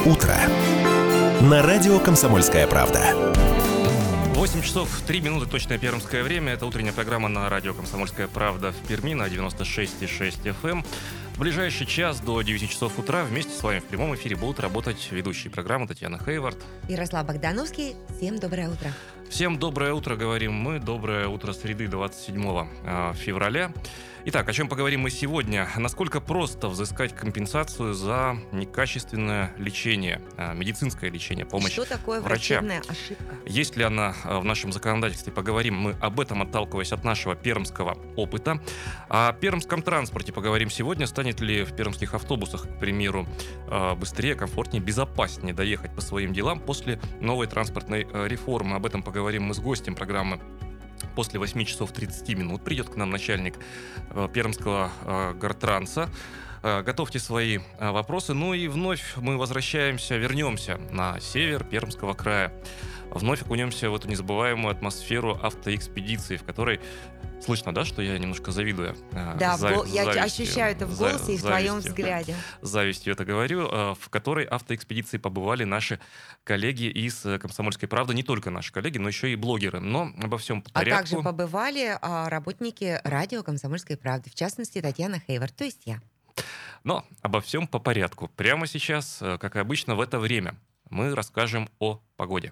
утро» на радио «Комсомольская правда». 8 часов 3 минуты, точное пермское время. Это утренняя программа на радио «Комсомольская правда» в Перми на 96,6 FM. В ближайший час до 9 часов утра вместе с вами в прямом эфире будут работать ведущие программы Татьяна Хейвард, Ярослав Богдановский. Всем доброе утро. Всем доброе утро, говорим мы. Доброе утро среды 27 февраля. Итак, о чем поговорим мы сегодня? Насколько просто взыскать компенсацию за некачественное лечение, медицинское лечение, помощь Что такое врача? врачебная ошибка? Есть ли она в нашем законодательстве? Поговорим мы об этом, отталкиваясь от нашего пермского опыта. О пермском транспорте поговорим сегодня. Станет ли в пермских автобусах, к примеру, быстрее, комфортнее, безопаснее доехать по своим делам после новой транспортной реформы? Об этом поговорим мы с гостем программы. После 8 часов 30 минут придет к нам начальник пермского гортранса. Готовьте свои вопросы. Ну и вновь мы вернемся на север Пермского края. Вновь окунемся в эту незабываемую атмосферу автоэкспедиции, в которой слышно, да, что я немножко завидую? Да, я ощущаю это в голосе и в твоем взгляде. С завистью это говорю, в которой автоэкспедиции побывали наши коллеги из «Комсомольской правды». Не только наши коллеги, но еще и блогеры. Но обо всем по порядку. А также побывали работники радио «Комсомольской правды», в частности, Татьяна Хейвард, то есть я. Но обо всем по порядку. Прямо сейчас, как и обычно, в это время мы расскажем о погоде.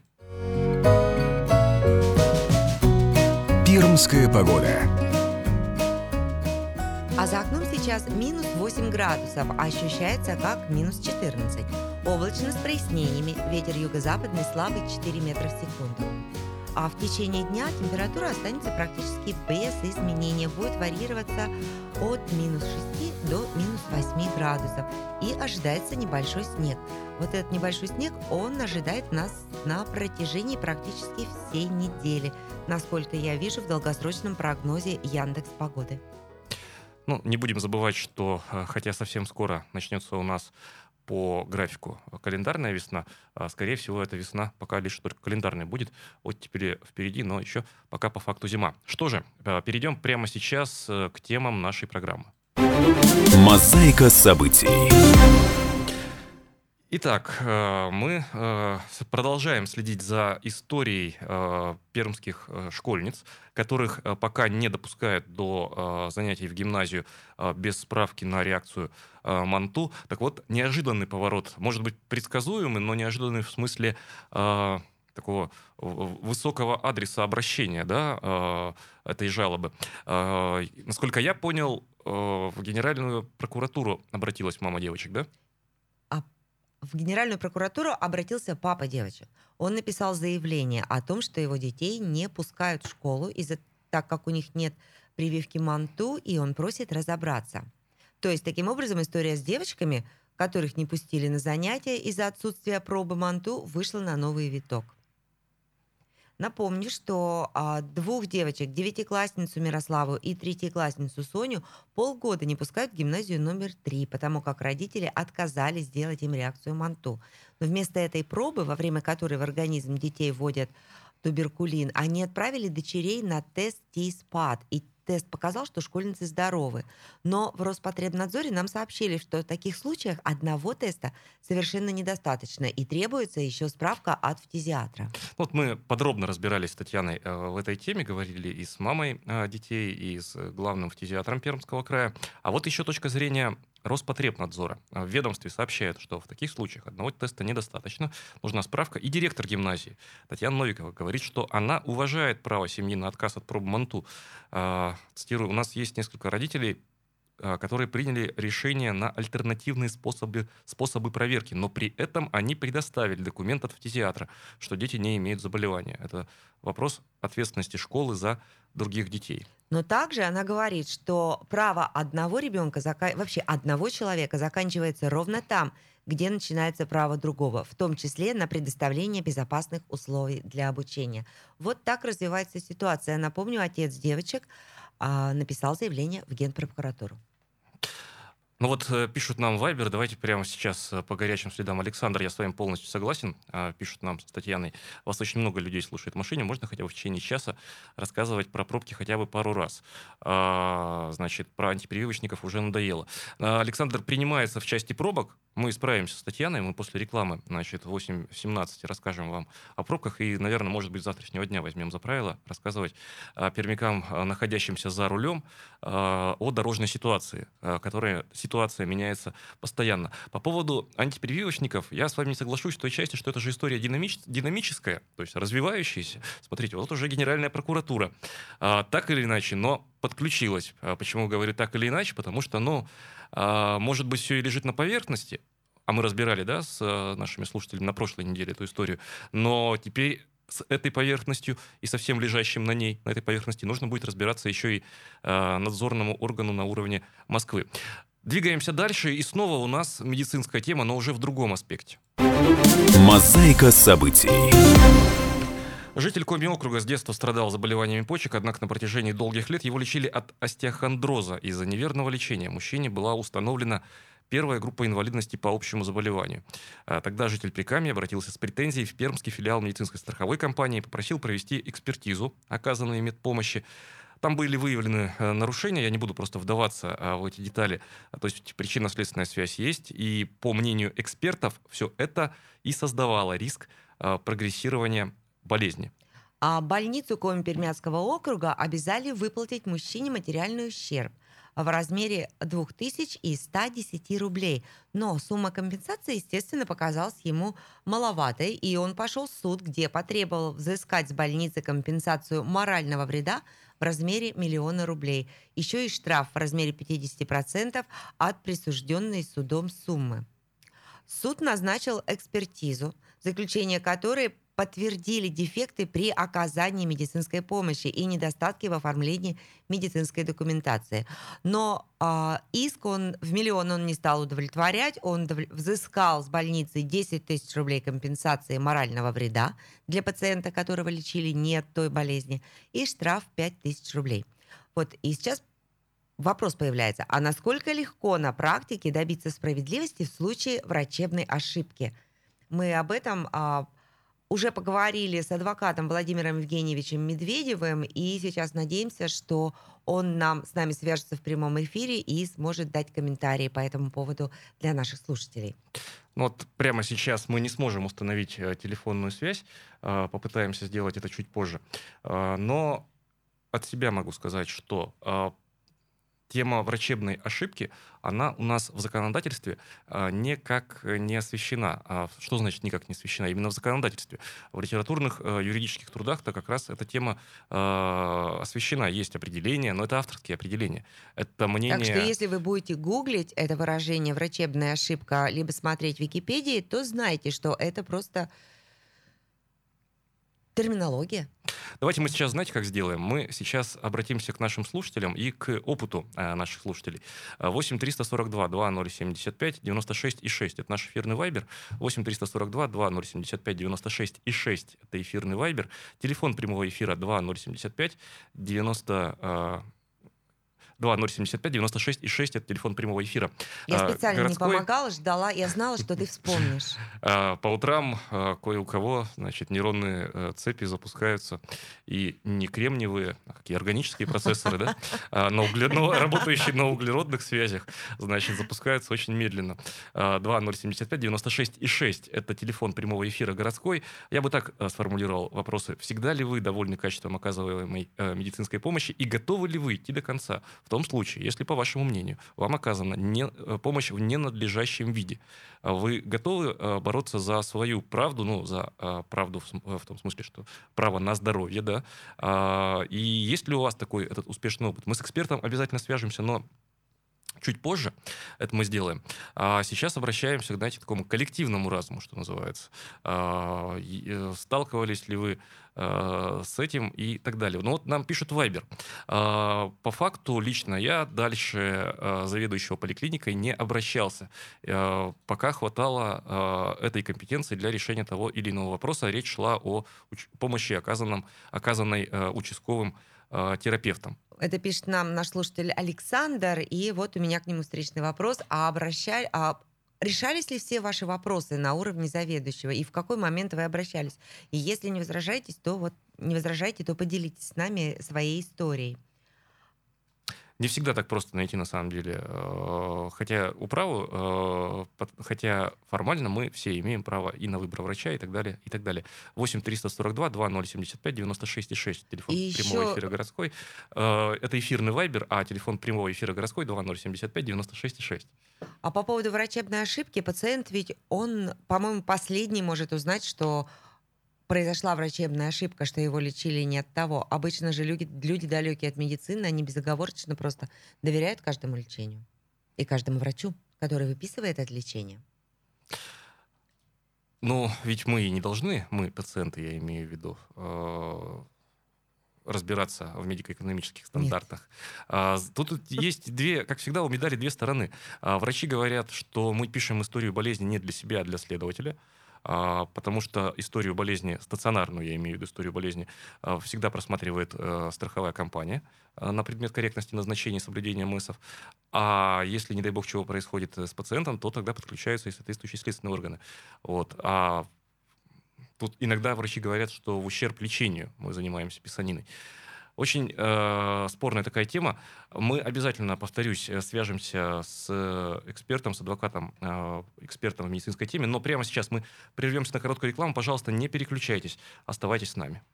Пермская погода. А за окном сейчас минус 8 градусов, а ощущается как минус 14. Облачно с прояснениями, ветер юго-западный слабый 4 метра в секунду. А в течение дня температура останется практически без изменения, будет варьироваться от минус 6 до минус 8 градусов. И ожидается небольшой снег. Вот этот небольшой снег, он ожидает нас на протяжении практически всей недели, насколько я вижу в долгосрочном прогнозе Яндекс.Погоды. Ну, не будем забывать, что хотя совсем скоро начнется у нас по графику календарная весна, скорее всего, эта весна пока лишь только календарная будет. Оттепели впереди, но еще пока по факту зима. Что же, перейдем прямо сейчас к темам нашей программы. Мозаика событий. Итак, мы продолжаем следить за историей пермских школьниц, которых пока не допускают до занятий в гимназию без справки на реакцию МАНТУ. Так вот, неожиданный поворот, может быть, предсказуемый, но неожиданный в смысле такого высокого адреса обращения, да, этой жалобы. Насколько я понял, в Генеральную прокуратуру обратилась мама девочек, да? В Генеральную прокуратуру обратился папа девочек. Он написал заявление о том, что его детей не пускают в школу, так как у них нет прививки МАНТУ, и он просит разобраться. То есть, таким образом, история с девочками, которых не пустили на занятия из-за отсутствия пробы МАНТУ, вышла на новый виток. Напомню, что двух девочек, девятиклассницу Мирославу и третьеклассницу Соню, полгода не пускают в гимназию номер 3, потому как родители отказались сделать им реакцию МАНТУ. Но вместо этой пробы, во время которой в организм детей вводят туберкулин, они отправили дочерей на тест ТИС-ПАД. И тест показал, что школьницы здоровы. Но в Роспотребнадзоре нам сообщили, что в таких случаях одного теста совершенно недостаточно, и требуется еще справка от фтизиатра. Вот мы подробно разбирались с Татьяной в этой теме, говорили и с мамой детей, и с главным фтизиатром Пермского края. А вот еще точка зрения Роспотребнадзора. В ведомстве сообщают, что в таких случаях одного теста недостаточно, нужна справка. И директор гимназии Татьяна Новикова говорит, что она уважает право семьи на отказ от пробы МАНТУ. Цитирую, у нас есть несколько родителей, которые приняли решение на альтернативные способы проверки, но при этом они предоставили документ от фтизиатра, что дети не имеют заболевания. Это вопрос ответственности школы за других детей. Но также она говорит, что право одного ребенка, вообще одного человека заканчивается ровно там, где начинается право другого, в том числе на предоставление безопасных условий для обучения. Вот так развивается ситуация. Напомню, отец девочек написал заявление в Генпрокуратуру. Ну вот пишут нам в Viber, давайте прямо сейчас по горячим следам. Александр, я с вами полностью согласен, пишут нам с Татьяной. Вас очень много людей слушает в машине, можно хотя бы в течение часа рассказывать про пробки хотя бы пару раз. Значит, про антипрививочников уже надоело. Александр, принимается в части пробок Мы справимся с Татьяной, мы после рекламы, значит, в 8:17 расскажем вам о пробках и, наверное, может быть, с завтрашнего дня возьмем за правило рассказывать пермякам, находящимся за рулем, о дорожной ситуации, ситуация меняется постоянно. По поводу антипрививочников, я с вами не соглашусь в той части, что это же история динамическая, то есть развивающаяся. Смотрите, вот уже Генеральная прокуратура так или иначе, но подключилась. Почему говорю так или иначе? Потому что, может быть, все и лежит на поверхности, а мы разбирали, да, с нашими слушателями на прошлой неделе эту историю, но теперь с этой поверхностью и со всем лежащим на ней, на этой поверхности, нужно будет разбираться еще и надзорному органу на уровне Москвы. Двигаемся дальше, и снова у нас медицинская тема, но уже в другом аспекте. Мозаика событий. Житель Коми округа с детства страдал заболеваниями почек, однако на протяжении долгих лет его лечили от остеохондроза. Из-за неверного лечения мужчине была установлена первая группа инвалидности по общему заболеванию. Тогда житель Прикамья обратился с претензией в пермский филиал медицинской страховой компании и попросил провести экспертизу оказанной медпомощи. Там были выявлены нарушения, я не буду просто вдаваться в эти детали. То есть причинно-следственная связь есть, и по мнению экспертов все это и создавало риск прогрессирования болезни. А больницу Коми-Пермяцкого округа обязали выплатить мужчине материальный ущерб в размере 2110 рублей. Но сумма компенсации, естественно, показалась ему маловатой, и он пошел в суд, где потребовал взыскать с больницы компенсацию морального вреда в размере 1 000 000 рублей. Еще и штраф в размере 50% от присужденной судом суммы. Суд назначил экспертизу, заключение которой подтвердили дефекты при оказании медицинской помощи и недостатки в оформлении медицинской документации. Но иск он в 1 000 000 он не стал удовлетворять. Он взыскал с больницы 10 000 рублей компенсации морального вреда для пациента, которого лечили не от той болезни, и штраф 5 000 рублей. Вот и сейчас вопрос появляется, а насколько легко на практике добиться справедливости в случае врачебной ошибки? Мы об этом уже поговорили с адвокатом Владимиром Евгеньевичем Медведевым, и сейчас надеемся, что он с нами свяжется в прямом эфире и сможет дать комментарии по этому поводу для наших слушателей. Вот прямо сейчас мы не сможем установить телефонную связь, попытаемся сделать это чуть позже. Но от себя могу сказать, что тема врачебной ошибки, она у нас в законодательстве никак не освещена. Что значит никак не освещена? Именно в законодательстве. В литературных юридических трудах-то как раз эта тема освещена. Есть определения, но это авторские определения. Это мнение... Так что если вы будете гуглить это выражение «врачебная ошибка», либо смотреть в Википедии, то знайте, что это просто терминология. Давайте мы сейчас, знаете, как сделаем? Мы сейчас обратимся к нашим слушателям и к опыту наших слушателей. 8 342 2075 96 и 6. Это наш эфирный вайбер. 8 342 2075 96 и 6. Это эфирный вайбер. Телефон прямого эфира 2075 90... 2075 96 и 6 это телефон прямого эфира. Я специально Городской... не помогала, ждала. Я знала, что ты вспомнишь. По утрам кое у кого, значит, нейронные цепи запускаются, и не кремниевые, а какие органические процессоры, да, работающие на углеродных связях, значит, запускаются очень медленно. 2075 96 и 6 это телефон прямого эфира городской. Я бы так сформулировал вопросы. Всегда ли вы довольны качеством оказываемой медицинской помощи и готовы ли вы идти до конца? В том случае, если, по вашему мнению, вам оказана помощь в ненадлежащем виде, вы готовы бороться за свою правду, за правду в том смысле, что право на здоровье, да? И есть ли у вас такой этот успешный опыт? Мы с экспертом обязательно свяжемся, но чуть позже это мы сделаем. А сейчас обращаемся, знаете, к такому коллективному разуму, что называется. Сталкивались ли вы с этим и так далее. Ну вот нам пишут Вайбер. По факту лично я дальше заведующего поликлиникой не обращался. Пока хватало этой компетенции для решения того или иного вопроса. Речь шла о помощи, оказанной участковым терапевтом. Это пишет нам наш слушатель Александр, и вот у меня к нему встречный вопрос. Решались ли все ваши вопросы на уровне заведующего, и в какой момент вы обращались? И если не возражаете, то поделитесь с нами своей историей. Не всегда так просто найти, на самом деле. Хотя хотя формально мы все имеем право и на выбор врача, и так далее, и так далее. 8 342 2075 96,6. Телефон И прямого еще эфира городской. Это эфирный вайбер, а телефон прямого эфира городской 2075 96,6. А по поводу врачебной ошибки, пациент ведь он, по-моему, последний может узнать, что произошла врачебная ошибка, что его лечили не от того. Обычно же люди далекие от медицины, они безоговорочно просто доверяют каждому лечению и каждому врачу, который выписывает это лечение. Но ведь мы и не должны, мы, пациенты, я имею в виду, разбираться в медико-экономических Нет. стандартах. Тут есть как всегда, у медали две стороны. Врачи говорят, что мы пишем историю болезни не для себя, а для следователя, потому что историю болезни, стационарную, я имею в виду историю болезни, всегда просматривает страховая компания на предмет корректности назначения и соблюдения МСов. А если, не дай бог, чего происходит с пациентом, то тогда подключаются и соответствующие следственные органы. Вот. Тут иногда врачи говорят, что в ущерб лечению мы занимаемся писаниной. Очень спорная такая тема. Мы обязательно, повторюсь, свяжемся с экспертом, с адвокатом, экспертом в медицинской теме. Но прямо сейчас мы прервемся на короткую рекламу. Пожалуйста, не переключайтесь. Оставайтесь с нами.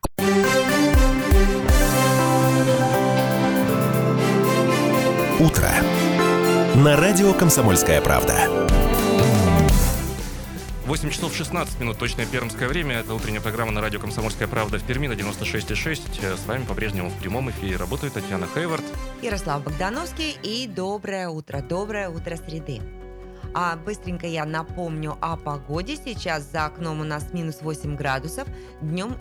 Утро. На радио «Комсомольская правда». 8 часов 16 минут, точное пермское время. Это утренняя программа на радио «Комсомольская правда» в Перми на 96,6. С вами по-прежнему в прямом эфире работает Татьяна Хейвард. Ярослав Богдановский и доброе утро среды. Быстренько я напомню о погоде. Сейчас за окном у нас минус 8 градусов. Днем,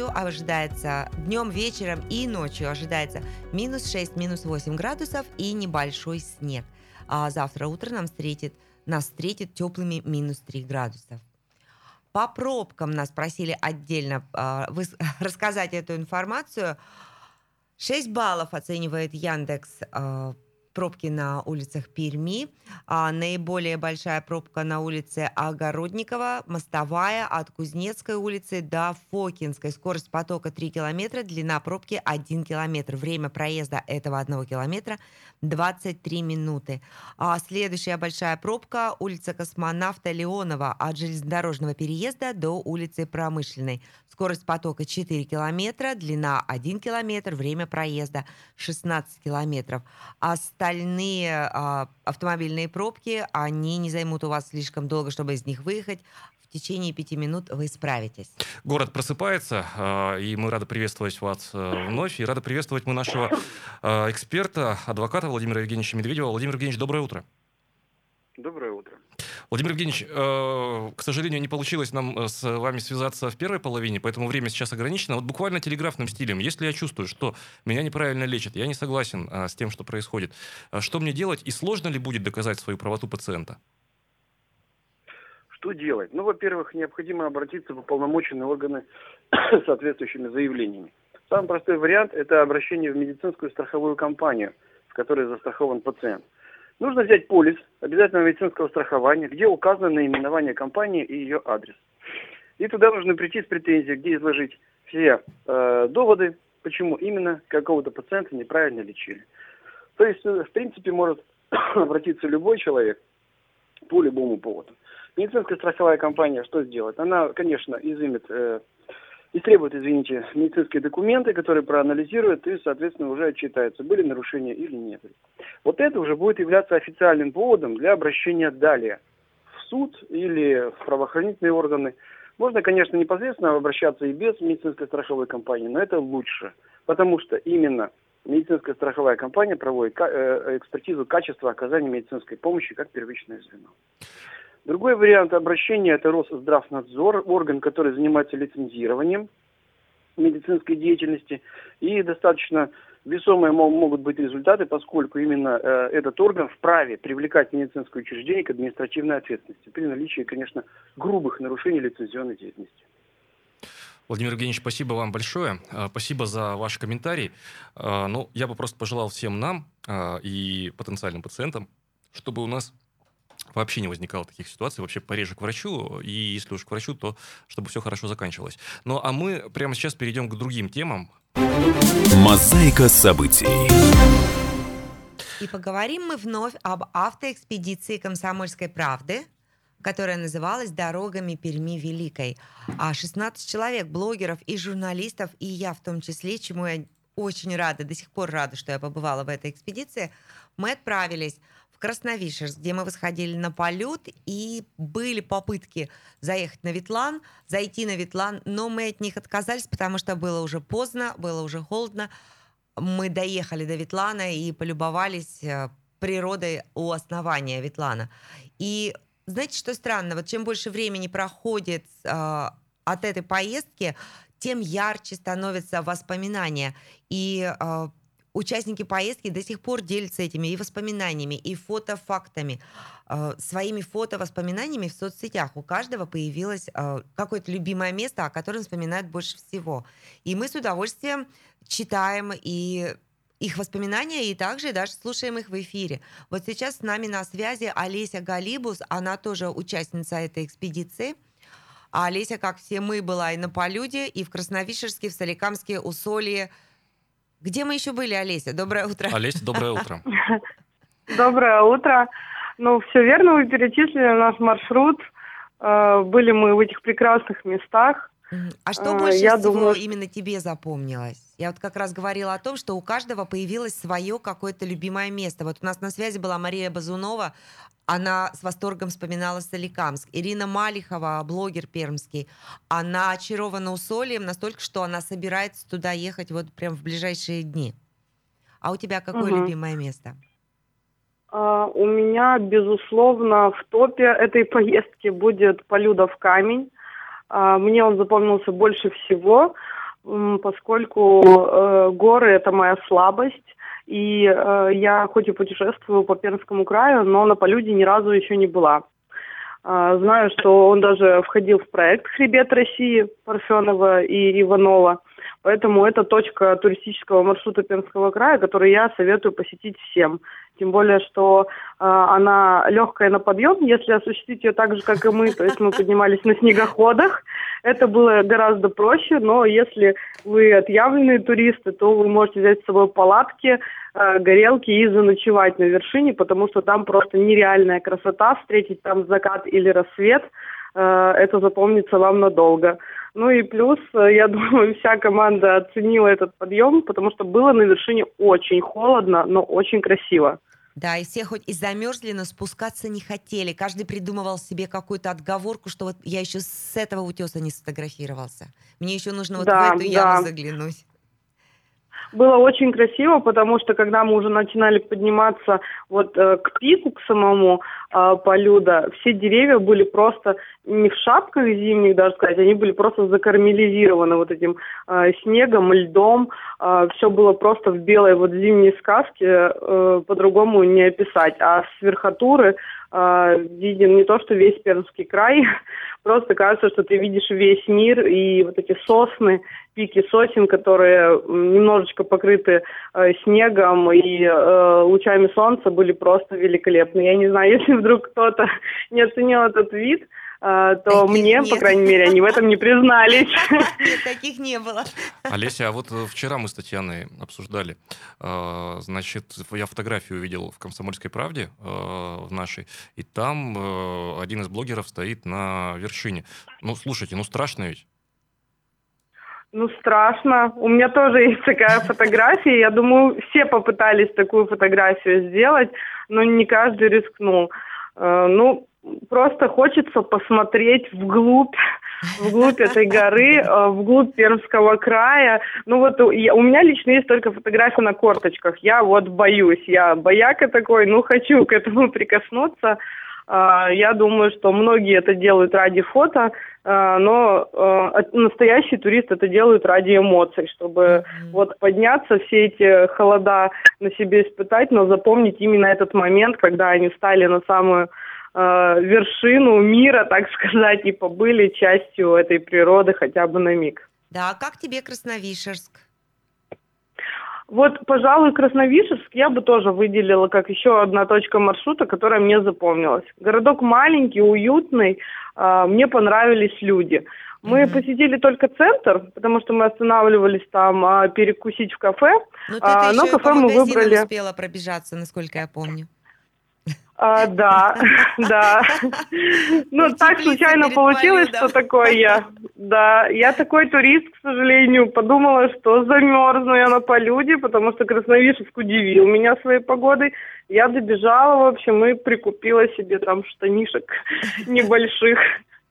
вечером и ночью ожидается минус 6, минус 8 градусов и небольшой снег. А завтра утро нас встретит теплыми минус 3 градусов. По пробкам нас просили отдельно рассказать эту информацию. 6 баллов оценивает Яндекс пробки на улицах Перми. Наиболее большая пробка на улице Огородникова, Мостовая, от Кузнецкой улицы до Фокинской. Скорость потока 3 километра, длина пробки 1 километр. Время проезда этого 1 километра 23 минуты. Следующая большая пробка – улица Космонавта Леонова, от железнодорожного переезда до улицы Промышленной. Скорость потока 4 километра, длина 1 километр, время проезда 16 километров. Остальные автомобильные пробки, они не займут у вас слишком долго, чтобы из них выехать. В течение 5 минут вы справитесь. Город просыпается, и мы рады приветствовать вас вновь. И рады приветствовать мы нашего эксперта, адвоката Владимира Евгеньевича Медведева. Владимир Евгеньевич, доброе утро. Доброе утро. Владимир Евгеньевич, к сожалению, не получилось нам с вами связаться в первой половине, поэтому время сейчас ограничено. Вот буквально телеграфным стилем. Если я чувствую, что меня неправильно лечат, я не согласен с тем, что происходит, что мне делать и сложно ли будет доказать свою правоту пациента? Что делать? Во-первых, необходимо обратиться в уполномоченные органы с соответствующими заявлениями. Самый простой вариант – это обращение в медицинскую страховую компанию, в которой застрахован пациент. Нужно взять полис обязательного медицинского страхования, где указано наименование компании и ее адрес. И туда нужно прийти с претензией, где изложить все доводы, почему именно какого-то пациента неправильно лечили. То есть, в принципе, может обратиться любой человек по любому поводу. Медицинская страховая компания что сделает? Она, конечно, истребует, медицинские документы, которые проанализирует и, соответственно, уже отчитается, были нарушения или нет. Вот это уже будет являться официальным поводом для обращения далее в суд или в правоохранительные органы. Можно, конечно, непосредственно обращаться и без медицинской страховой компании, но это лучше, потому что именно медицинская страховая компания проводит экспертизу качества оказания медицинской помощи как первичное звено. Другой вариант обращения – это Росздравнадзор, орган, который занимается лицензированием медицинской деятельности. И достаточно весомые могут быть результаты, поскольку именно этот орган вправе привлекать медицинское учреждение к административной ответственности при наличии, конечно, грубых нарушений лицензионной деятельности. Владимир Евгеньевич, спасибо вам большое. Спасибо за ваш комментарий. Я бы просто пожелал всем нам и потенциальным пациентам, чтобы у нас вообще не возникало таких ситуаций, вообще пореже к врачу, и если уж к врачу, то чтобы все хорошо заканчивалось. А мы прямо сейчас перейдем к другим темам. Мозаика событий. И поговорим мы вновь об автоэкспедиции «Комсомольской правды», которая называлась «Дорогами Перми Великой». 16 человек, блогеров и журналистов, и я в том числе, чему я очень рада, до сих пор рада, что я побывала в этой экспедиции, мы отправились в Красновишерск, где мы восходили на Полют, и были попытки заехать на Ветлан, зайти на Ветлан, но мы от них отказались, потому что было уже поздно, было уже холодно. Мы доехали до Ветлана и полюбовались природой у основания Ветлана. И знаете, что странно? Вот чем больше времени проходит от этой поездки, тем ярче становятся воспоминания. И участники поездки до сих пор делятся этими и воспоминаниями, и фотофактами, своими фото-воспоминаниями в соцсетях. У каждого появилось какое-то любимое место, о котором вспоминают больше всего. И мы с удовольствием читаем и их воспоминания, и также даже слушаем их в эфире. Вот сейчас с нами на связи Олеся Галибус, она тоже участница этой экспедиции. А Олеся, как все мы, была и на Полюде, и в Красновишерске, в Соликамске, Усолье. Где мы еще были, Олеся? Доброе утро. Олеся, доброе утро. Доброе утро. Ну, все верно, вы перечислили наш маршрут. Были мы в этих прекрасных местах. А что больше всего именно тебе запомнилось? Я вот как раз говорила о том, что у каждого появилось свое какое-то любимое место. Вот у нас на связи была Мария Базунова, она с восторгом вспоминала Соликамск. Ирина Малихова, блогер пермский, она очарована Усольем настолько, что она собирается туда ехать вот прям в ближайшие дни. А у тебя какое любимое место? У меня, безусловно, в топе этой поездки будет Полюдов камень. Мне он запомнился больше всего, поскольку горы – это моя слабость. И я хоть и путешествую по Пермскому краю, но на Полюде ни разу еще не была. Знаю, что он даже входил в проект «Хребет России» Парфенова и Иванова. Поэтому это точка туристического маршрута Пермского края, который я советую посетить всем. Тем более, что она легкая на подъем, если осуществить ее так же, как и мы. То есть мы поднимались на снегоходах. Это было гораздо проще, но если вы отъявленные туристы, то вы можете взять с собой палатки, горелки и заночевать на вершине, потому что там просто нереальная красота. Встретить там закат или рассвет, это запомнится вам надолго. Ну и плюс, я думаю, вся команда оценила этот подъем, потому что было на вершине очень холодно, но очень красиво. Да, и все хоть и замерзли, но спускаться не хотели. Каждый придумывал себе какую-то отговорку, что вот я еще с этого утеса не сфотографировался. Мне еще нужно вот в эту яму заглянуть. Было очень красиво, потому что когда мы уже начинали подниматься вот к пику, к самому Полюда, все деревья были просто не в шапках зимних, даже сказать, они были просто закарамелизированы вот этим снегом, льдом. Все было просто в белой вот зимней сказке, по-другому не описать. А с верхотуры виден не то, что весь Пермский край, просто кажется, что ты видишь весь мир, и вот эти сосны, пики сосен, которые немножечко покрыты снегом и лучами солнца, были просто великолепны. Я не знаю, если вдруг кто-то не оценил этот вид, то таких мне, нет. по крайней мере, они в этом не признались. Нет, таких не было. Олеся, а вот вчера мы с Татьяной обсуждали, значит, я фотографию увидел в «Комсомольской правде» в нашей, и там один из блогеров стоит на вершине. Ну, слушайте, ну страшно ведь? Ну, страшно. У меня тоже есть такая фотография. Я думаю, все попытались такую фотографию сделать, но не каждый рискнул. Ну, просто хочется посмотреть вглубь этой горы, вглубь Пермского края. Ну вот у меня лично есть только фотография на корточках. Я вот боюсь, я бояка такой, ну хочу к этому прикоснуться. Я думаю, что многие это делают ради фото, но настоящий турист это делает ради эмоций, чтобы вот подняться, все эти холода на себе испытать, но запомнить именно этот момент, когда они встали на самую вершину мира, так сказать, и побыли частью этой природы хотя бы на миг. Да, а как тебе Красновишерск? Вот, пожалуй, Красновишерск я бы тоже выделила как еще одна точка маршрута, которая мне запомнилась. Городок маленький, уютный, мне понравились люди. Мы Мгм. посетили только центр, потому что мы останавливались там перекусить в кафе. Ну, ты-то Но еще и по кафе мы магазинам выбрали. успела пробежаться, насколько я помню. Да, да. Ну, так Утеплиться случайно перед получилось, полетом. что такое я. Да, я такой турист, к сожалению, подумала, что замерзну я на полюде, потому что Красновишевск удивил меня своей погодой. Я добежала, в общем, и прикупила себе там штанишек небольших.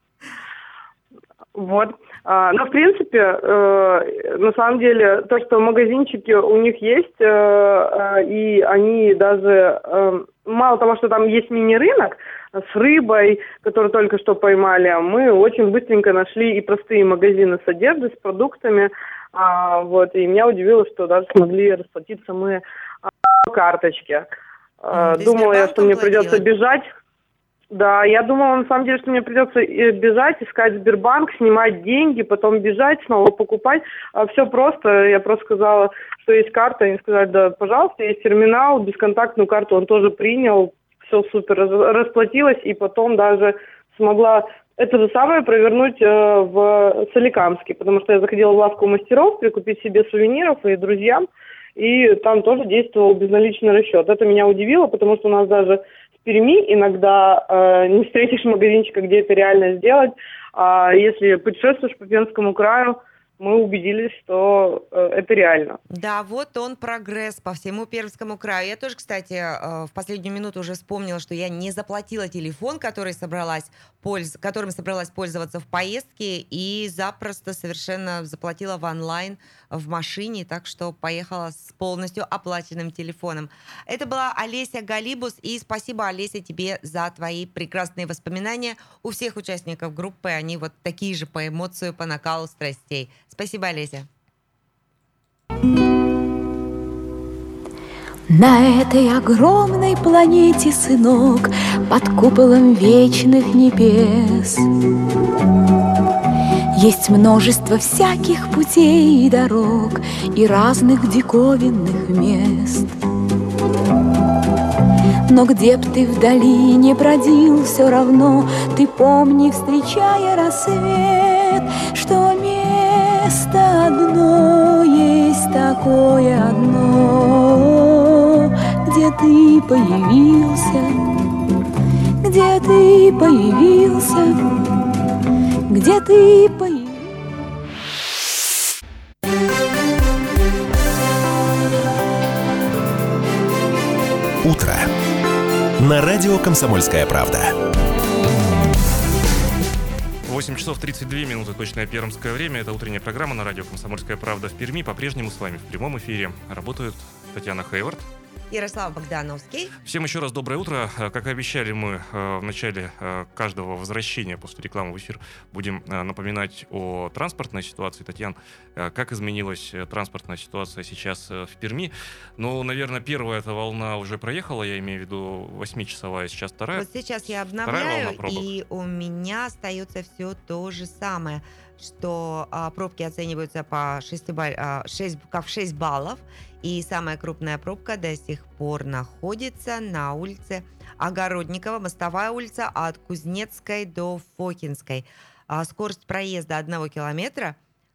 Вот. Но, в принципе, на самом деле, то, что магазинчики у них есть, и они даже, мало того, что там есть мини-рынок с рыбой, которую только что поймали, мы очень быстренько нашли и простые магазины с одеждой, с продуктами. Вот. И меня удивило, что даже смогли расплатиться мы по карточке. Ты Думала я, что Сбербанком мне придется платила? бежать. Да, я думала, на самом деле, что мне придется бежать, искать Сбербанк, снимать деньги, потом бежать, снова покупать. Все просто. Я просто сказала, что есть карта. Они сказали, да, пожалуйста, есть терминал, бесконтактную карту он тоже принял. Все супер, расплатилась и потом даже смогла это же самое провернуть в Соликамске, потому что я заходила в лавку мастеров, прикупить себе сувениров и друзьям, и там тоже действовал безналичный расчет. Это меня удивило, потому что у нас даже в Перми иногда не встретишь магазинчика, где это реально сделать. А если путешествуешь по Пермскому краю, мы убедились, что это реально. Да, вот он прогресс по всему Пермскому краю. Я тоже, кстати, в последнюю минуту уже вспомнила, что я не заплатила телефон, которым собралась пользоваться в поездке, и запросто совершенно заплатила в онлайн в машине, так что поехала с полностью оплаченным телефоном. Это была Олеся Галибус, и спасибо, Олеся, тебе за твои прекрасные воспоминания. У всех участников группы они вот такие же по эмоцию, по накалу страстей. Спасибо, Олеся. На этой огромной планете, сынок, под куполом вечных небес есть множество всяких путей и дорог и разных диковинных мест. Но где б ты вдали не бродил, все равно ты помни, встречая рассвет, что место одно есть такое одно, где ты появился, где ты появился, где ты появился. Утро. На радио «Комсомольская правда». 8 часов 32 минуты, точное пермское время. Это утренняя программа на радио «Комсомольская правда» в Перми. По-прежнему с вами в прямом эфире работают Татьяна Хейвард, Ярослав Богдановский. Всем еще раз доброе утро. Как и обещали, мы в начале каждого возвращения после рекламы в эфир будем напоминать о транспортной ситуации. Татьяна, как изменилась транспортная ситуация сейчас в Перми? Ну, наверное, первая эта волна уже проехала, я имею в виду 8-часовая, сейчас вторая. Вот сейчас я Вторая обновляю, волна пробок. и у меня остается все то же самое, что пробки оцениваются по 6 баллов, и самая крупная пробка до сих пор находится на улице Огородникова, Мостовая улица, от Кузнецкой до Фокинской. Скорость проезда 1 километра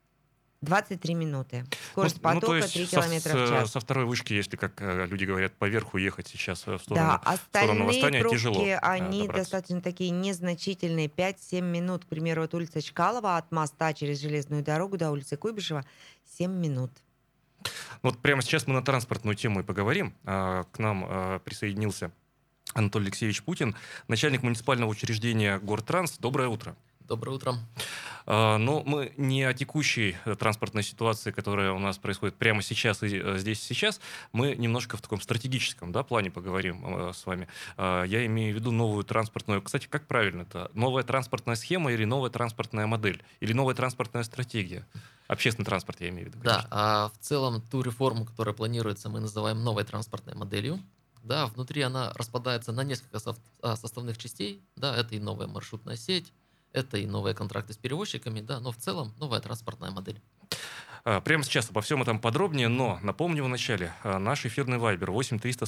23 минуты. Скорость то потока есть 3 километра в час. со второй вышки, если, как люди говорят, поверху ехать сейчас в сторону, Да, в сторону остальные Восстания, пробки, тяжело они добраться. достаточно такие незначительные. 5-7 минут, к примеру, от улицы Чкалова, от моста через железную дорогу до улицы Куйбышева 7 минут. Вот прямо сейчас мы на транспортную тему и поговорим. К нам присоединился Анатолий Алексеевич Путин, начальник муниципального учреждения Гортранс. Доброе утро. Доброе утро. Но мы не о текущей транспортной ситуации, которая у нас происходит прямо сейчас и здесь сейчас. Мы немножко в таком стратегическом плане поговорим с вами. Я имею в виду новую транспортную... Кстати, как правильно это? Новая транспортная схема или новая транспортная модель? Или новая транспортная стратегия? Общественный транспорт, я имею в виду. Да, а в целом ту реформу, которая планируется, мы называем новой транспортной моделью. Да, внутри она распадается на несколько составных частей. Да, это и новая маршрутная сеть, это и новые контракты с перевозчиками, да, но в целом новая транспортная модель. Прямо сейчас обо всем этом подробнее, но напомню вначале, наш эфирный вайбер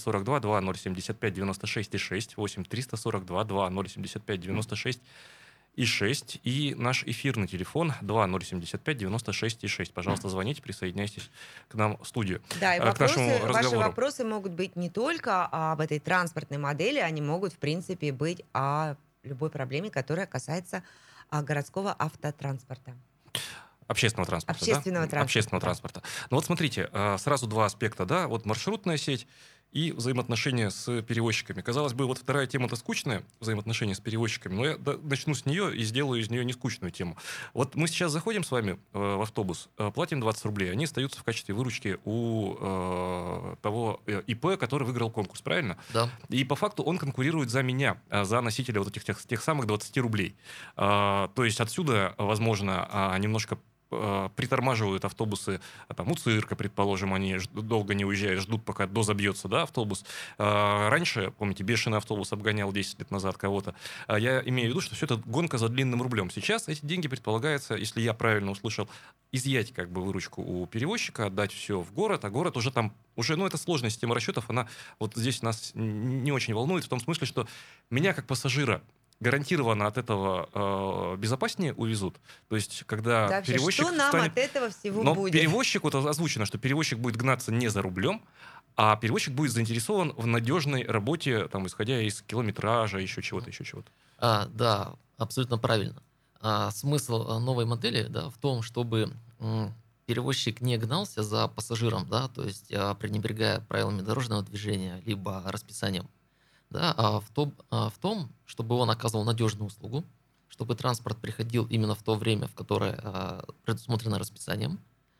8-342-2075-96-6, 8-342-2075-96 и 6, и наш эфирный телефон 2075-96-6. Пожалуйста, звоните, присоединяйтесь к нам в студию. Да, и К нашему ваши разговору. вопросы могут быть не только об этой транспортной модели, они могут, в принципе, быть о любой проблеме, которая касается городского автотранспорта. Общественного транспорта, Общественного да? транспорта, Общественного да. транспорта. Ну вот смотрите, сразу два аспекта, да, вот маршрутная сеть и взаимоотношения с перевозчиками. Казалось бы, вот вторая тема-то скучная, взаимоотношения с перевозчиками, но я начну с нее и сделаю из нее нескучную тему. Вот мы сейчас заходим с вами в автобус, платим 20 рублей, они остаются в качестве выручки у того ИП, который выиграл конкурс, правильно? Да. И по факту он конкурирует за меня, за носителя вот этих тех самых 20 рублей. То есть отсюда, возможно, немножко притормаживают автобусы там, у цирка, предположим, они долго не уезжают, ждут, пока дозабьется, да, автобус. Раньше, помните, бешеный автобус обгонял 10 лет назад кого-то. Я имею в виду, что все это гонка за длинным рублем. Сейчас эти деньги предполагается, если я правильно услышал, изъять как бы выручку у перевозчика, отдать все в город, а город уже там, ну, это сложная система расчетов, она вот здесь нас не очень волнует, в том смысле, что меня как пассажира гарантированно от этого безопаснее увезут. То есть, когда Да, вообще, перевозчик что нам станет... от этого всего Но будет? перевозчик, вот озвучено, что перевозчик будет гнаться не за рублем, а перевозчик будет заинтересован в надежной работе, там, исходя из километража, еще чего-то, еще чего-то. Да, абсолютно правильно. Смысл новой модели, да, в том, чтобы перевозчик не гнался за пассажиром, да, то есть пренебрегая правилами дорожного движения либо расписанием, да, в том, чтобы он оказывал надежную услугу, чтобы транспорт приходил именно в то время, в которое предусмотрено расписанием,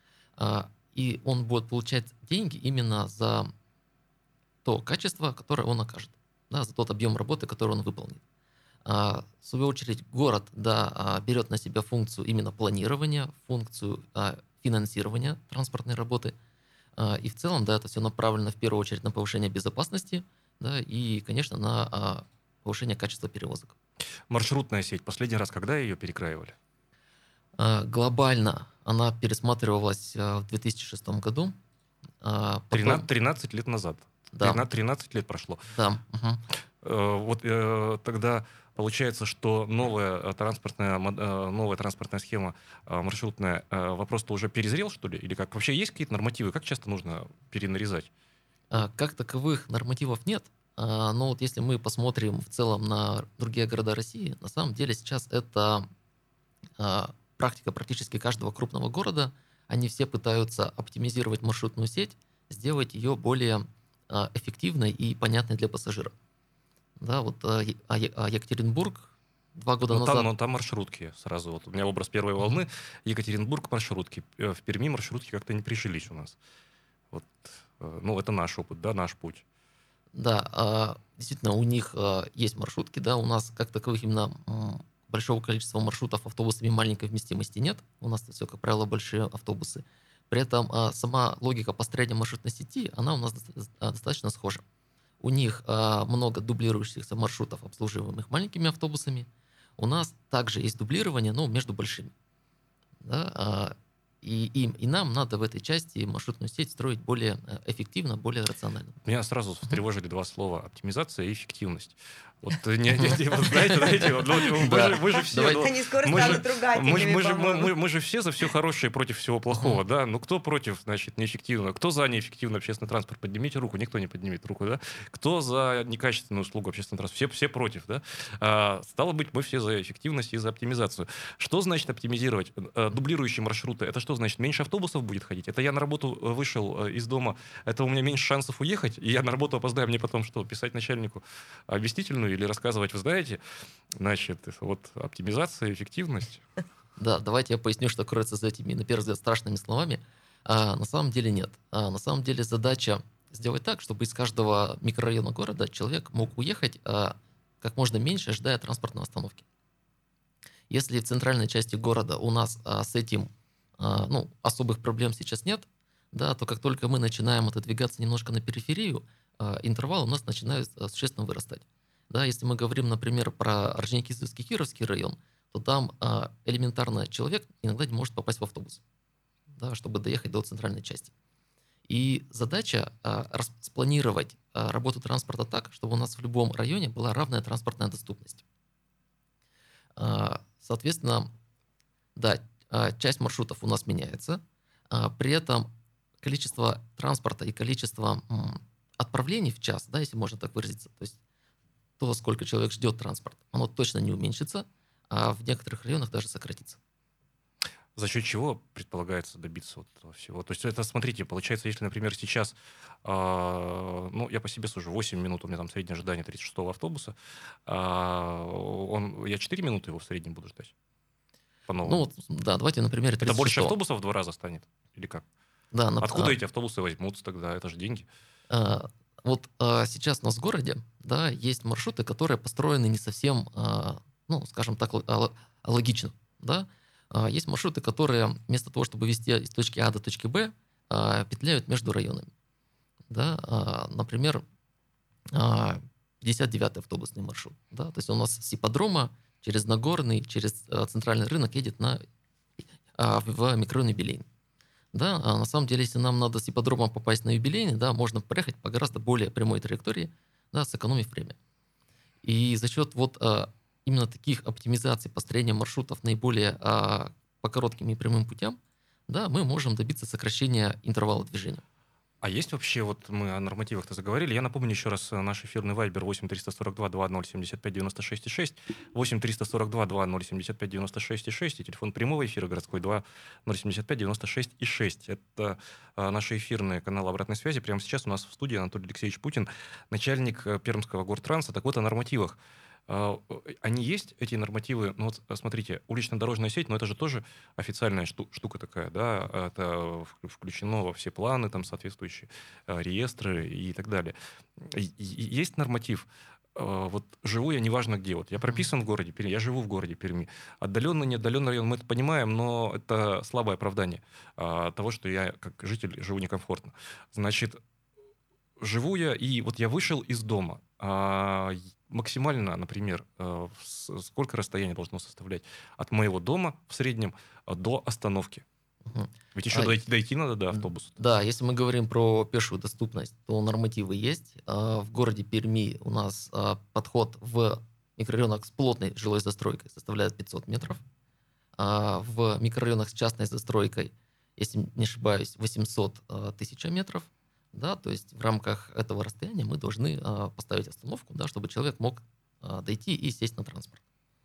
и он будет получать деньги именно за то качество, которое он окажет, да, за тот объем работы, который он выполнит. В свою очередь, город, да, берет на себя функцию именно планирования, функцию финансирования транспортной работы, и в целом, да, это все направлено в первую очередь на повышение безопасности, да, и, конечно, на повышение качества перевозок. Маршрутная сеть. Последний раз когда ее перекраивали? Глобально она пересматривалась в 2006 году. 13 лет назад. Да. 13 лет прошло. Да. Угу. Вот тогда получается, что новая транспортная схема маршрутная, вопрос-то уже перезрел, что ли? Или как? Вообще есть какие-то нормативы? Как часто нужно перенарезать? Как таковых нормативов нет, но вот если мы посмотрим в целом на другие города России, на самом деле сейчас это практика практически каждого крупного города. Они все пытаются оптимизировать маршрутную сеть, сделать ее более эффективной и понятной для пассажиров. Да, вот Екатеринбург 2 года назад... Но там маршрутки сразу. Вот у меня образ первой волны. Екатеринбург маршрутки. В Перми маршрутки как-то не прижились у нас. Вот. Ну, это наш опыт, да, наш путь. Да, действительно, у них есть маршрутки, да, у нас как таковых именно большого количества маршрутов автобусами маленькой вместимости нет. У нас все, как правило, большие автобусы. При этом сама логика построения маршрутной сети, она у нас достаточно схожа. У них много дублирующихся маршрутов, обслуживаемых маленькими автобусами. У нас также есть дублирование, но между большими. Да, и им, и нам надо в этой части маршрутную сеть строить более эффективно, более рационально. Меня сразу встревожили два слова: оптимизация и эффективность. Вот, знаете, мы же все... Они скоро станут ругательными, по-моему. Мы же все за все хорошее против всего плохого, да? Ну, кто против, значит, неэффективного? Кто за неэффективный общественный транспорт? Поднимите руку. Никто не поднимет руку, да? Кто за некачественную услугу общественного транспорта? Все против, да? Стало быть, мы все за эффективность и за оптимизацию. Что значит оптимизировать? Дублирующие маршруты. Это что значит? Меньше автобусов будет ходить? Это я на работу вышел из дома, это у меня меньше шансов уехать, и я на работу опоздаю, мне потом что, писать начальнику объяснительную или рассказывать, вы знаете, значит, вот оптимизация, эффективность. Да, давайте я поясню, что кроется за этими, на первый взгляд, страшными словами. На самом деле нет. На самом деле задача сделать так, чтобы из каждого микрорайона города человек мог уехать как можно меньше, ожидая транспортной остановки. Если в центральной части города у нас с этим особых проблем сейчас нет, да, то как только мы начинаем отодвигаться немножко на периферию, интервалы у нас начинают существенно вырастать. Да, если мы говорим, например, про Орджоникидзевский, Кировский район, то там элементарно человек иногда не может попасть в автобус, да, чтобы доехать до центральной части. И задача спланировать работу транспорта так, чтобы у нас в любом районе была равная транспортная доступность. Соответственно, да, часть маршрутов у нас меняется. При этом количество транспорта и количество отправлений в час, да, если можно так выразиться, то есть то, сколько человек ждет транспорт, оно точно не уменьшится, а в некоторых районах даже сократится. За счет чего предполагается добиться вот этого всего? То есть это, смотрите, получается, если, например, сейчас, я по себе сужу, 8 минут у меня там среднее ожидание 36-го автобуса, я 4 минуты его в среднем буду ждать? По-новому. Да, давайте, например, 36-го. Это больше автобусов в 2 раза станет? Или как? Да, Откуда эти автобусы возьмутся тогда? Это же деньги. Сейчас у нас в городе, да, есть маршруты, которые построены не совсем, скажем так, логично, да. Есть маршруты, которые вместо того, чтобы вести из точки А до точки Б, петляют между районами. Да? Например, 59-й автобусный маршрут. Да? То есть он у нас с ипподрома через Нагорный, через центральный рынок едет в микрорайон Юбилейный. Да? А на самом деле, если нам надо с ипподрома попасть на Юбилейный, да, можно проехать по гораздо более прямой траектории, да, сэкономив время. И за счет именно таких оптимизаций построения маршрутов наиболее по коротким и прямым путям, да, мы можем добиться сокращения интервала движения. А есть вообще, мы о нормативах-то заговорили, я напомню еще раз наш эфирный вайбер 8-342-20-75-96-6, 8-342-20-75-96-6 и телефон прямого эфира городской 2-075-96-6. Это наши эфирные каналы обратной связи. Прямо сейчас у нас в студии Анатолий Алексеевич Путин, начальник Пермского гортранса. Так вот, о нормативах. Они есть, эти нормативы? Смотрите, улично-дорожная сеть, но это же тоже официальная штука такая, да, это включено во все планы, там соответствующие реестры и так далее. Есть норматив? Живу я неважно где. Я прописан в городе Перми, я живу в городе Перми. Отдаленный, неотдаленный район, мы это понимаем, но это слабое оправдание того, что я как житель живу некомфортно. Значит, живу я, и я вышел из дома. Максимально, например, сколько расстояние должно составлять от моего дома в среднем до остановки? Ведь еще дойти надо до автобуса. Да, если мы говорим про пешую доступность, то нормативы есть. В городе Перми у нас подход в микрорайонах с плотной жилой застройкой составляет 500 метров. В микрорайонах с частной застройкой, если не ошибаюсь, 800 тысяч метров. Да, то есть в рамках этого расстояния мы должны поставить остановку, да, чтобы человек мог дойти и сесть на транспорт.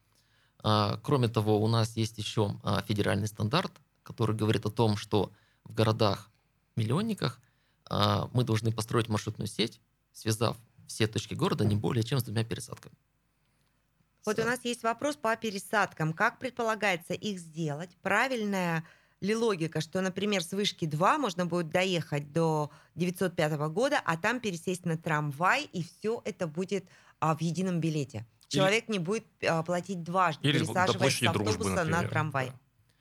Кроме того, у нас есть еще федеральный стандарт, который говорит о том, что в городах-миллионниках мы должны построить маршрутную сеть, связав все точки города не более чем с 2 пересадками. У нас есть вопрос по пересадкам. Как предполагается их сделать? Правильная ли логика, что, например, с вышки 2 можно будет доехать до 905 года, а там пересесть на трамвай, и все это будет в едином билете? Человек не будет платить дважды, пересаживаясь с автобуса на трамвай.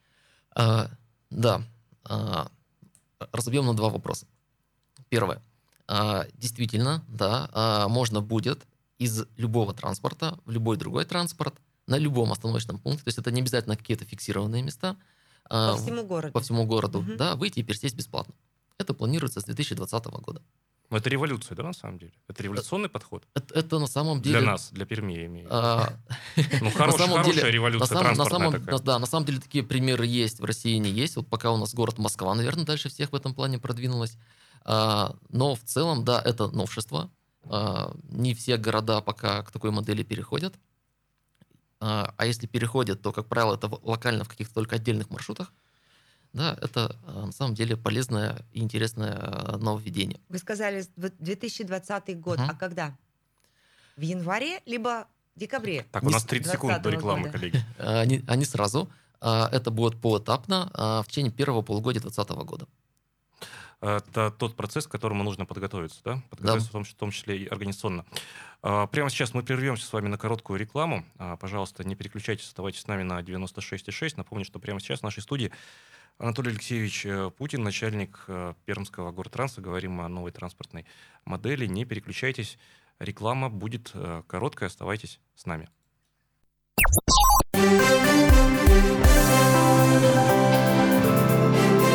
Да. Разобьем на 2 вопроса. Первое. Действительно, да, можно будет из любого транспорта в любой другой транспорт на любом остановочном пункте, то есть это не обязательно какие-то фиксированные места, по всему городу. По всему городу, да, выйти и пересесть бесплатно. Это планируется с 2020 года. Но это революция, да, на самом деле? Это революционный подход? Это на самом деле... Для нас, для Перми, я имею в виду. Хорошая революция транспортная такая. Да, на самом деле такие примеры есть, в России не есть. Пока у нас город Москва, наверное, дальше всех в этом плане продвинулась. Но в целом, да, это новшество. Не все города пока к такой модели переходят. А если переходят, то, как правило, это локально в каких-то только отдельных маршрутах. Да, это на самом деле полезное и интересное нововведение. Вы сказали 2020 год, а когда? В январе, либо в декабре? Так, у нас 30 секунд до рекламы, коллеги. Они сразу. Это будет поэтапно в течение первого полугодия 2020 года. Это тот процесс, к которому нужно подготовиться, да? Подготовиться в том числе и организационно. Прямо сейчас мы прервемся с вами на короткую рекламу. Пожалуйста, не переключайтесь, оставайтесь с нами на 96,6. Напомню, что прямо сейчас в нашей студии Анатолий Алексеевич Путин, начальник Пермского гортранса. Говорим о новой транспортной модели. Не переключайтесь, реклама будет короткая, оставайтесь с нами.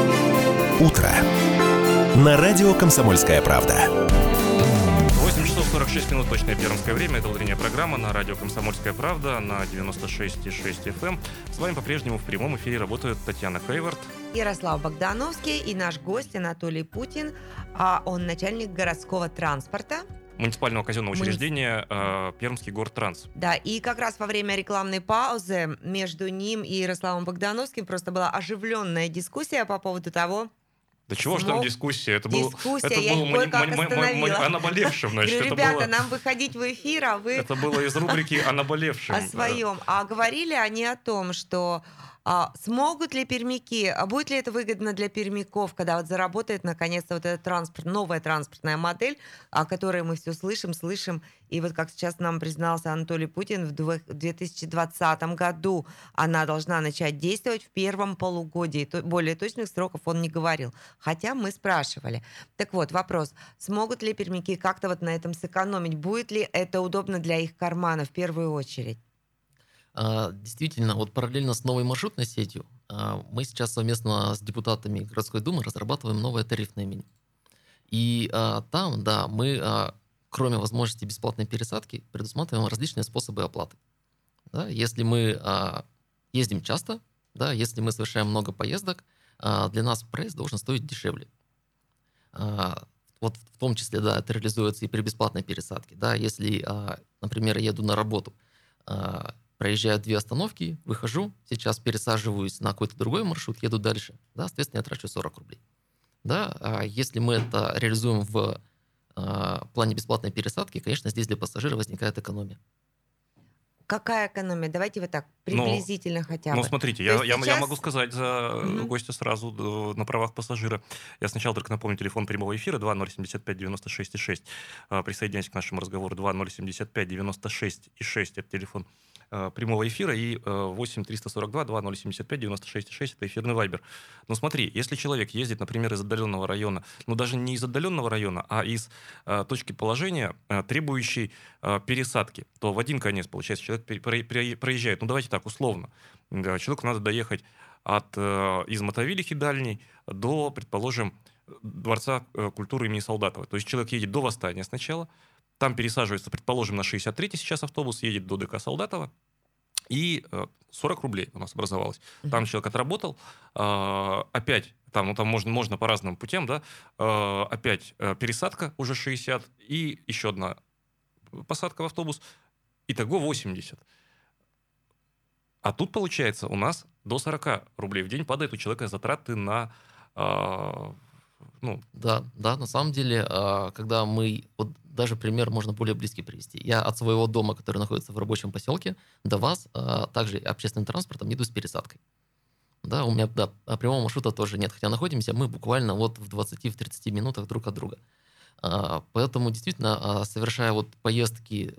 Утро. На радио «Комсомольская правда». 8 часов 9:46 минут, точное пермское время. Это утренняя программа на радио «Комсомольская правда» на 96,6 FM. С вами по-прежнему в прямом эфире работают Татьяна Хейвард, Ярослав Богдановский и наш гость Анатолий Путин. Он начальник городского транспорта. муниципального казенного учреждения Пермский Гортранс. Да, и как раз во время рекламной паузы между ним и Ярославом Богдановским просто была оживленная дискуссия по поводу того... Да чего же там дискуссия? Это был я их кое-как остановила. о наболевшем, значит. Говорю, ребята, нам выходить в эфир, а вы... Это было из рубрики «О наболевшем». О своем. А говорили они о том, что смогут ли пермяки, будет ли это выгодно для пермяков, когда вот заработает наконец-то вот эта новая транспортная модель, о которой мы все слышим, и вот как сейчас нам признался Анатолий Путин, в 2020 году она должна начать действовать в первом полугодии. Более точных сроков он не говорил, хотя мы спрашивали. Так вот, вопрос, смогут ли пермяки как-то вот на этом сэкономить, будет ли это удобно для их кармана в первую очередь? Действительно, вот параллельно с новой маршрутной сетью мы сейчас совместно с депутатами городской думы разрабатываем новое тарифное меню. И там, да, мы, кроме возможности бесплатной пересадки, предусматриваем различные способы оплаты. Да, если мы ездим часто, да, если мы совершаем много поездок, для нас проезд должен стоить дешевле. Вот в том числе, да, это реализуется и при бесплатной пересадке. Да, если, например, я еду на работу, проезжаю 2 остановки, выхожу, сейчас пересаживаюсь на какой-то другой маршрут, еду дальше. Да, соответственно, я трачу 40 рублей. Да, а если мы это реализуем в плане бесплатной пересадки, конечно, здесь для пассажира возникает экономия. Какая экономия? Давайте вот так, приблизительно хотя бы. Ну, смотрите, я могу сказать за гостя сразу на правах пассажира. Я сначала только напомню телефон прямого эфира 2075-96-6. Присоединяйтесь к нашему разговору 2075-96-6. Это телефон прямого эфира, и 8-342-2075-96-6 это эфирный вайбер. Но смотри, если человек ездит, например, из отдаленного района, ну даже не из отдаленного района, а из точки положения, требующей пересадки, то в один конец, получается, человек проезжает, ну давайте так, условно, человеку надо доехать из Мотовилихи дальней до, предположим, Дворца культуры имени Солдатова. То есть человек едет до Восстания сначала, там пересаживается, предположим, на 63-й сейчас автобус, едет до ДК Солдатова, и 40 рублей у нас образовалось. Там человек отработал, опять, там можно по разным путям, да, опять пересадка уже 60, и еще одна посадка в автобус, итого 80. А тут, получается, у нас до 40 рублей в день падает у человека затраты на... Да, на самом деле, когда мы... Вот даже пример можно более близкий привести. Я от своего дома, который находится в рабочем поселке, до вас также общественным транспортом еду с пересадкой. Да, у меня прямого маршрута тоже нет, хотя находимся мы буквально вот в 20-30 минутах друг от друга. Поэтому действительно, совершая вот поездки...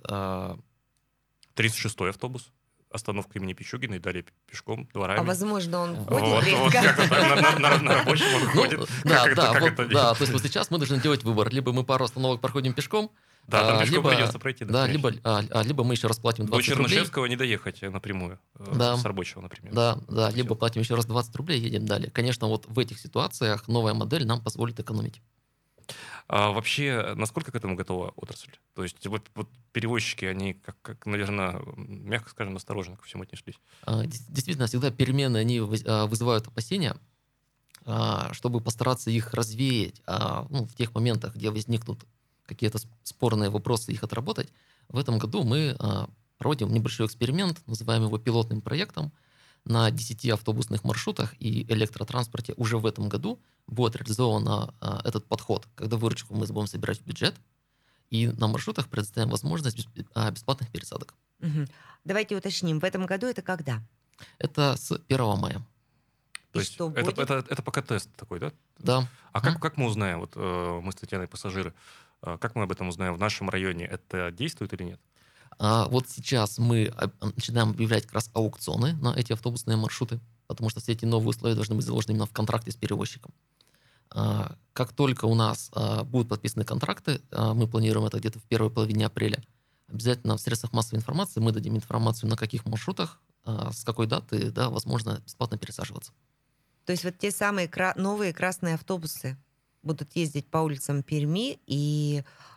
36-й автобус. Остановка имени Пичугиной, далее пешком, дворами. А возможно, он ходит вот на рабочем он ходит. Да, то есть вот сейчас мы должны делать выбор. Либо мы пару остановок проходим пешком, да, там пешком придется пройти. Да, либо мы еще раз платим 20 рублей. До Чернышевского не доехать напрямую, с рабочего, например. Да, либо платим еще раз 20 рублей, едем далее. Конечно, вот в этих ситуациях новая модель нам позволит экономить. А вообще, насколько к этому готова отрасль? То есть вот перевозчики, они, как, наверное, мягко скажем, осторожно ко всему отнеслись. Действительно, всегда перемены, они вызывают опасения, чтобы постараться их развеять в тех моментах, где возникнут какие-то спорные вопросы, их отработать. В этом году мы проводим небольшой эксперимент, называем его пилотным проектом. На 10 автобусных маршрутах и электротранспорте уже в этом году будет реализован этот подход, когда выручку мы будем собирать в бюджет, и на маршрутах предоставим возможность бесплатных пересадок. Давайте уточним, в этом году это когда? Это с 1 мая. То есть это пока тест такой, да? Да. А как мы узнаем, вот мы с Татьяной пассажиры, как мы об этом узнаем в нашем районе, это действует или нет? Вот сейчас мы начинаем объявлять как раз аукционы на эти автобусные маршруты, потому что все эти новые условия должны быть заложены именно в контракте с перевозчиком. Как только у нас будут подписаны контракты, мы планируем это где-то в первой половине апреля, обязательно в средствах массовой информации мы дадим информацию, на каких маршрутах, с какой даты, да, возможно бесплатно пересаживаться. То есть вот те самые новые красные автобусы будут ездить по улицам Перми, и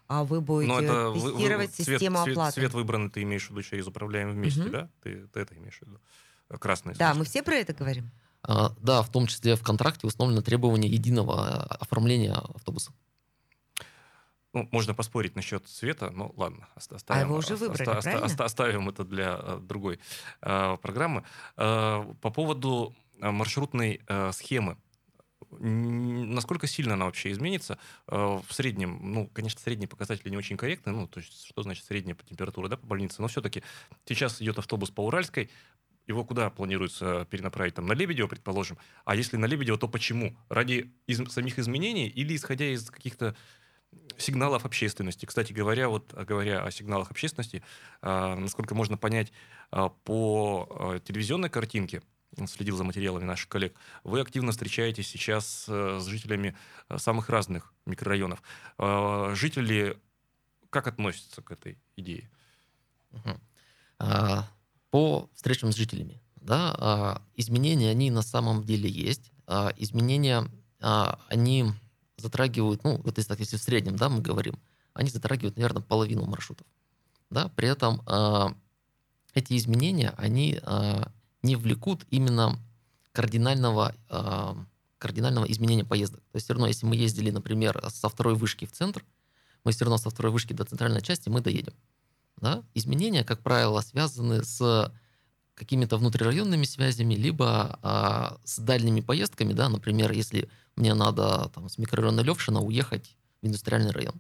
а вы Но будете это тестировать систему оплаты. цвет выбранный ты имеешь в виду через управляем вместе, Мгм. да? Ты это имеешь в виду? Красный, в Да, мы смысле. все про это говорим. Да, в том числе в контракте установлено требование единого оформления автобуса. Ну, можно поспорить насчет цвета, но ладно, А оставим, его уже выбрали, правильно? оставим это для другой программы. По поводу маршрутной схемы. Насколько сильно она вообще изменится? В среднем, ну, конечно, средние показатели не очень корректны, ну, то есть, что значит средняя по температуре, да, по больнице, но все-таки сейчас идет автобус по Уральской, его куда планируется перенаправить? Там, на Лебедево, предположим. А если на Лебедево, то почему? Ради самих изменений или исходя из каких-то сигналов общественности? Кстати говоря, вот говоря о сигналах общественности, насколько можно понять по телевизионной картинке, следил за материалами наших коллег, вы активно встречаетесь сейчас с жителями самых разных микрорайонов. Жители как относятся к этой идее? Мгм. По встречам с жителями, да, изменения, они на самом деле есть. Изменения, они затрагивают, ну, вот если так, если в среднем, да, мы говорим, они затрагивают, наверное, половину маршрутов. Да, при этом эти изменения, они не влекут именно кардинального изменения поездок. То есть все равно, если мы ездили, например, со второй вышки в центр, мы все равно со второй вышки до центральной части мы доедем. Да? Изменения, как правило, связаны с какими-то внутрирайонными связями, либо с дальними поездками, да, например, если мне надо там, с микрорайона Левшина уехать в индустриальный район.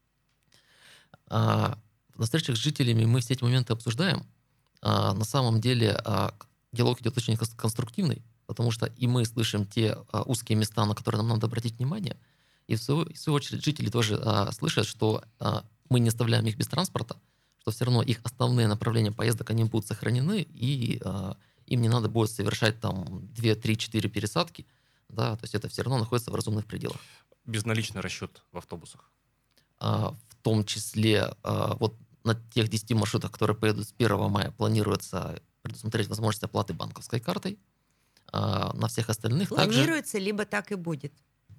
На встречах с жителями мы все эти моменты обсуждаем. На самом деле диалог идет очень конструктивный, потому что и мы слышим те узкие места, на которые нам надо обратить внимание, и в свою очередь жители тоже слышат, что мы не оставляем их без транспорта, что все равно их основные направления поездок, они будут сохранены, и им не надо будет совершать там 2, 3, 4 пересадки, да, то есть это все равно находится в разумных пределах. Безналичный расчет в автобусах. В том числе вот на тех 10 маршрутах, которые поедут с 1 мая, планируется предусмотреть возможность оплаты банковской картой. На всех остальных также... Планируется, либо так и будет.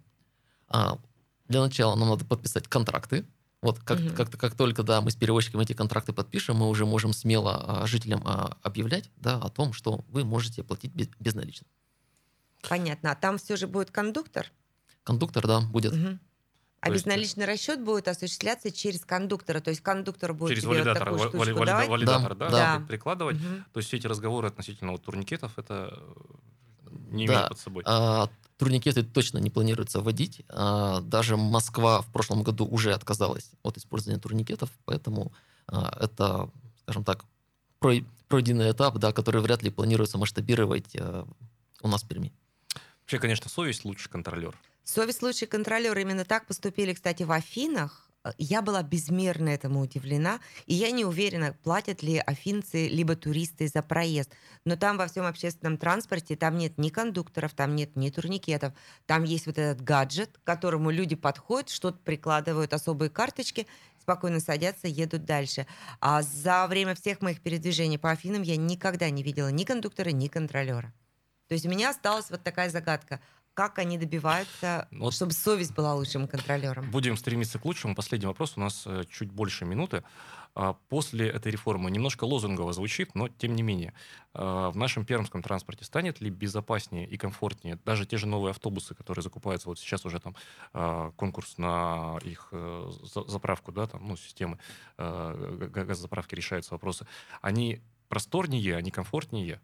Для начала нам надо подписать контракты. Вот как только да, мы с перевозчиком эти контракты подпишем, мы уже можем смело жителям объявлять, да, о том, что вы можете платить безналично. Понятно. А там все же будет кондуктор? Кондуктор, да, будет. Мгм. А То есть безналичный расчет будет осуществляться через кондуктора. То есть кондуктор будет через тебе вот валидатор, такую штучку давать. валидатор, Да, да, да. прикладывать. Мгм. То есть все эти разговоры относительно вот турникетов, это не Да. имеет под собой. Турникеты точно не планируется вводить. Даже Москва в прошлом году уже отказалась от использования турникетов, поэтому это, скажем так, пройденный этап, да, который вряд ли планируется масштабировать у нас в Перми. Вообще, конечно, совесть лучший контролер. Совесть лучший контролер. Именно так поступили, кстати, в Афинах. Я была безмерно этому удивлена, и я не уверена, платят ли афинцы либо туристы за проезд. Но там во всем общественном транспорте там нет ни кондукторов, там нет ни турникетов. Там есть вот этот гаджет, к которому люди подходят, что-то прикладывают, особые карточки, спокойно садятся, едут дальше. А за время всех моих передвижений по Афинам я никогда не видела ни кондуктора, ни контролера. То есть у меня осталась вот такая загадка. Как они добиваются, Вот. чтобы совесть была лучшим контролером? Будем стремиться к лучшему. Последний вопрос. У нас чуть больше минуты. После этой реформы немножко лозунгово звучит, но тем не менее. В нашем пермском транспорте станет ли безопаснее и комфортнее даже те же новые автобусы, которые закупаются? Вот сейчас уже там конкурс на их заправку, да, там, ну, системы газозаправки решаются вопросы. Они просторнее, они комфортнее?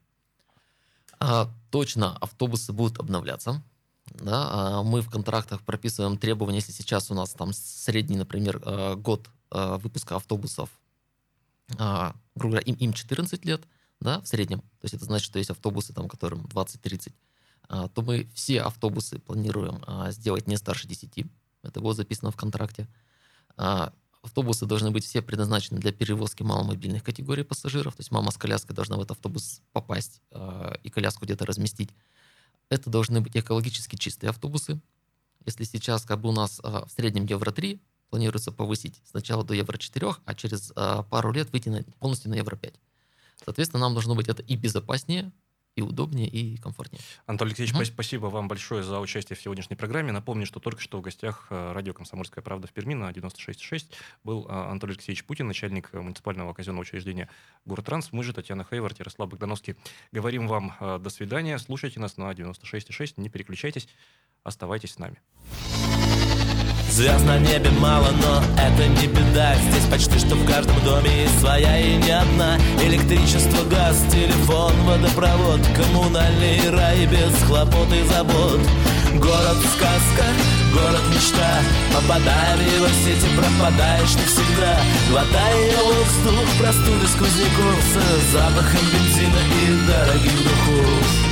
Точно автобусы будут обновляться. Да, мы в контрактах прописываем требования, если сейчас у нас там средний, например, год выпуска автобусов, грубо говоря, им 14 лет, да, в среднем, то есть это значит, что есть автобусы, там, которым 20-30, то мы все автобусы планируем сделать не старше 10, это было записано в контракте. Автобусы должны быть все предназначены для перевозки маломобильных категорий пассажиров, то есть мама с коляской должна в этот автобус попасть и коляску где-то разместить. Это должны быть экологически чистые автобусы. Если сейчас как бы у нас в среднем Евро-3, планируется повысить сначала до Евро-4, а через пару лет выйти полностью на Евро-5. Соответственно, нам должно быть это и безопаснее, и удобнее, и комфортнее. Антон Алексеевич, спасибо вам большое за участие в сегодняшней программе. Напомню, что только что в гостях радио «Комсомольская правда» в Перми на 96,6 был Антон Алексеевич Путин, начальник муниципального казенного учреждения «Гортранс». Мы же, Татьяна Хейвард, Ярослав Богдановский, говорим вам до свидания. Слушайте нас на 96,6, не переключайтесь, оставайтесь с нами. Звезд на небе мало, но это не беда. Здесь почти что в каждом доме есть своя и не одна. Электричество, газ, телефон, водопровод, коммунальный рай без хлопот и забот. Город-сказка, город-мечта. Попадая в его сети, пропадаешь навсегда. Глотая воздух, простуды сквозняков с запахом бензина и дорогих духов.